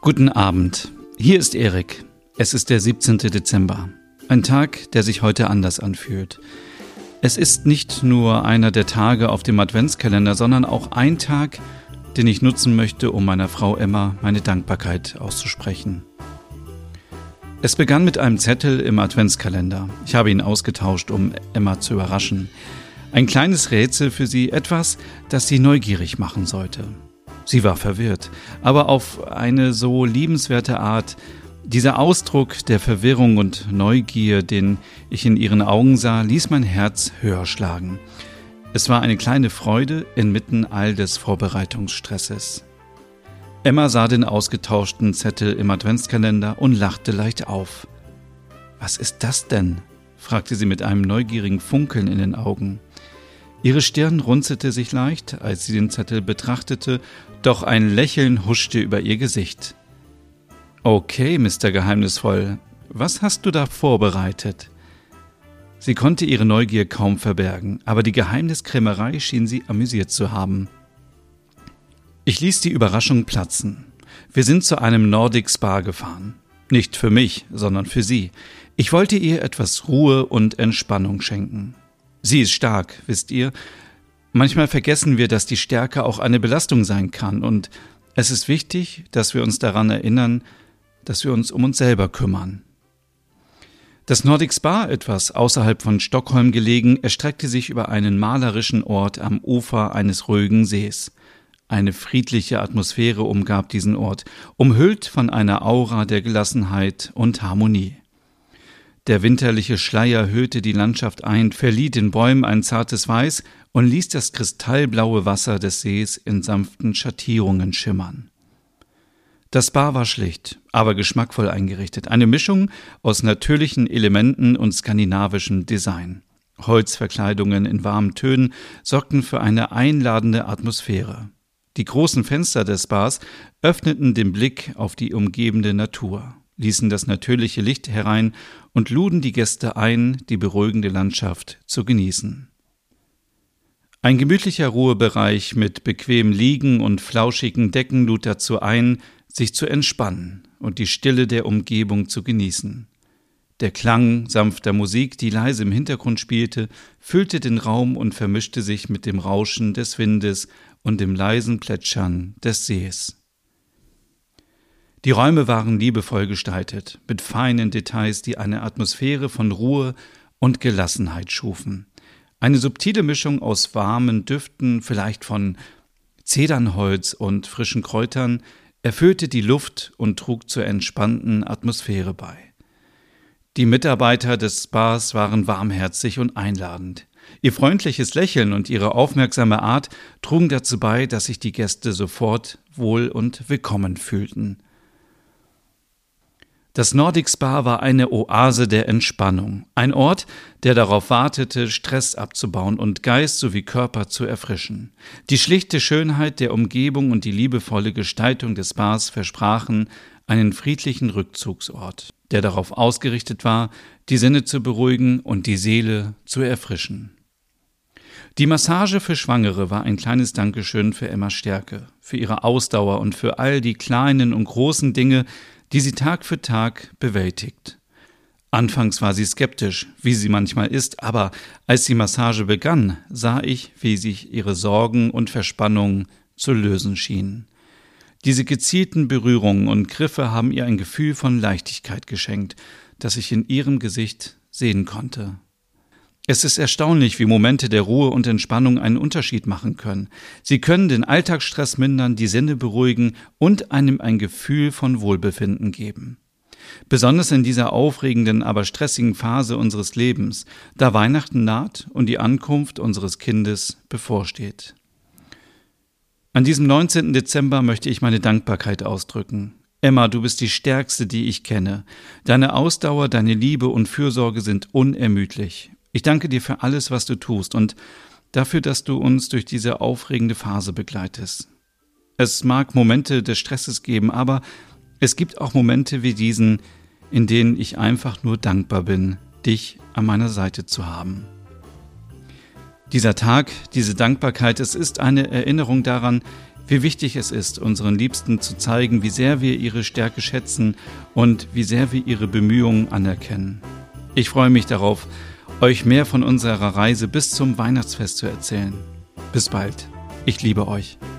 Guten Abend, hier ist Erik. Es ist der 17. Dezember. Ein Tag, der sich heute anders anfühlt. Es ist nicht nur einer der Tage auf dem Adventskalender, sondern auch ein Tag, den ich nutzen möchte, um meiner Frau Emma meine Dankbarkeit auszusprechen. Es begann mit einem Zettel im Adventskalender. Ich habe ihn ausgetauscht, um Emma zu überraschen. Ein kleines Rätsel für sie, etwas, das sie neugierig machen sollte. Sie war verwirrt, aber auf eine so liebenswerte Art. Dieser Ausdruck der Verwirrung und Neugier, den ich in ihren Augen sah, ließ mein Herz höher schlagen. Es war eine kleine Freude inmitten all des Vorbereitungsstresses. Emma sah den ausgetauschten Zettel im Adventskalender und lachte leicht auf. »Was ist das denn?« fragte sie mit einem neugierigen Funkeln in den Augen. Ihre Stirn runzelte sich leicht, als sie den Zettel betrachtete, doch ein Lächeln huschte über ihr Gesicht. »Okay, Mr. Geheimnisvoll, was hast du da vorbereitet?« Sie konnte ihre Neugier kaum verbergen, aber die Geheimniskrämerei schien sie amüsiert zu haben. Ich ließ die Überraschung platzen. Wir sind zu einem Nordic Spa gefahren. Nicht für mich, sondern für sie. Ich wollte ihr etwas Ruhe und Entspannung schenken. Sie ist stark, wisst ihr. Manchmal vergessen wir, dass die Stärke auch eine Belastung sein kann, und es ist wichtig, dass wir uns daran erinnern, dass wir uns um uns selber kümmern. Das Nordic Spa, etwas außerhalb von Stockholm gelegen, erstreckte sich über einen malerischen Ort am Ufer eines ruhigen Sees. Eine friedliche Atmosphäre umgab diesen Ort, umhüllt von einer Aura der Gelassenheit und Harmonie. Der winterliche Schleier hüllte die Landschaft ein, verlieh den Bäumen ein zartes Weiß und ließ das kristallblaue Wasser des Sees in sanften Schattierungen schimmern. Das Spa war schlicht, aber geschmackvoll eingerichtet. Eine Mischung aus natürlichen Elementen und skandinavischem Design. Holzverkleidungen in warmen Tönen sorgten für eine einladende Atmosphäre. Die großen Fenster des Spas öffneten den Blick auf die umgebende Natur, ließen das natürliche Licht herein und luden die Gäste ein, die beruhigende Landschaft zu genießen. Ein gemütlicher Ruhebereich mit bequemem Liegen und flauschigen Decken lud dazu ein, sich zu entspannen und die Stille der Umgebung zu genießen. Der Klang sanfter Musik, die leise im Hintergrund spielte, füllte den Raum und vermischte sich mit dem Rauschen des Windes und dem leisen Plätschern des Sees. Die Räume waren liebevoll gestaltet, mit feinen Details, die eine Atmosphäre von Ruhe und Gelassenheit schufen. Eine subtile Mischung aus warmen Düften, vielleicht von Zedernholz und frischen Kräutern, erfüllte die Luft und trug zur entspannten Atmosphäre bei. Die Mitarbeiter des Spas waren warmherzig und einladend. Ihr freundliches Lächeln und ihre aufmerksame Art trugen dazu bei, dass sich die Gäste sofort wohl und willkommen fühlten. Das Nordic Spa war eine Oase der Entspannung, ein Ort, der darauf wartete, Stress abzubauen und Geist sowie Körper zu erfrischen. Die schlichte Schönheit der Umgebung und die liebevolle Gestaltung des Spas versprachen einen friedlichen Rückzugsort, der darauf ausgerichtet war, die Sinne zu beruhigen und die Seele zu erfrischen. Die Massage für Schwangere war ein kleines Dankeschön für Emmas Stärke, für ihre Ausdauer und für all die kleinen und großen Dinge, die sie Tag für Tag bewältigt. Anfangs war sie skeptisch, wie sie manchmal ist, aber als die Massage begann, sah ich, wie sich ihre Sorgen und Verspannungen zu lösen schienen. Diese gezielten Berührungen und Griffe haben ihr ein Gefühl von Leichtigkeit geschenkt, das ich in ihrem Gesicht sehen konnte. Es ist erstaunlich, wie Momente der Ruhe und Entspannung einen Unterschied machen können. Sie können den Alltagsstress mindern, die Sinne beruhigen und einem ein Gefühl von Wohlbefinden geben. Besonders in dieser aufregenden, aber stressigen Phase unseres Lebens, da Weihnachten naht und die Ankunft unseres Kindes bevorsteht. An diesem 19. Dezember möchte ich meine Dankbarkeit ausdrücken. Emma, du bist die Stärkste, die ich kenne. Deine Ausdauer, deine Liebe und Fürsorge sind unermüdlich. Ich danke dir für alles, was du tust und dafür, dass du uns durch diese aufregende Phase begleitest. Es mag Momente des Stresses geben, aber es gibt auch Momente wie diesen, in denen ich einfach nur dankbar bin, dich an meiner Seite zu haben. Dieser Tag, diese Dankbarkeit, es ist eine Erinnerung daran, wie wichtig es ist, unseren Liebsten zu zeigen, wie sehr wir ihre Stärke schätzen und wie sehr wir ihre Bemühungen anerkennen. Ich freue mich darauf, euch mehr von unserer Reise bis zum Weihnachtsfest zu erzählen. Bis bald. Ich liebe euch.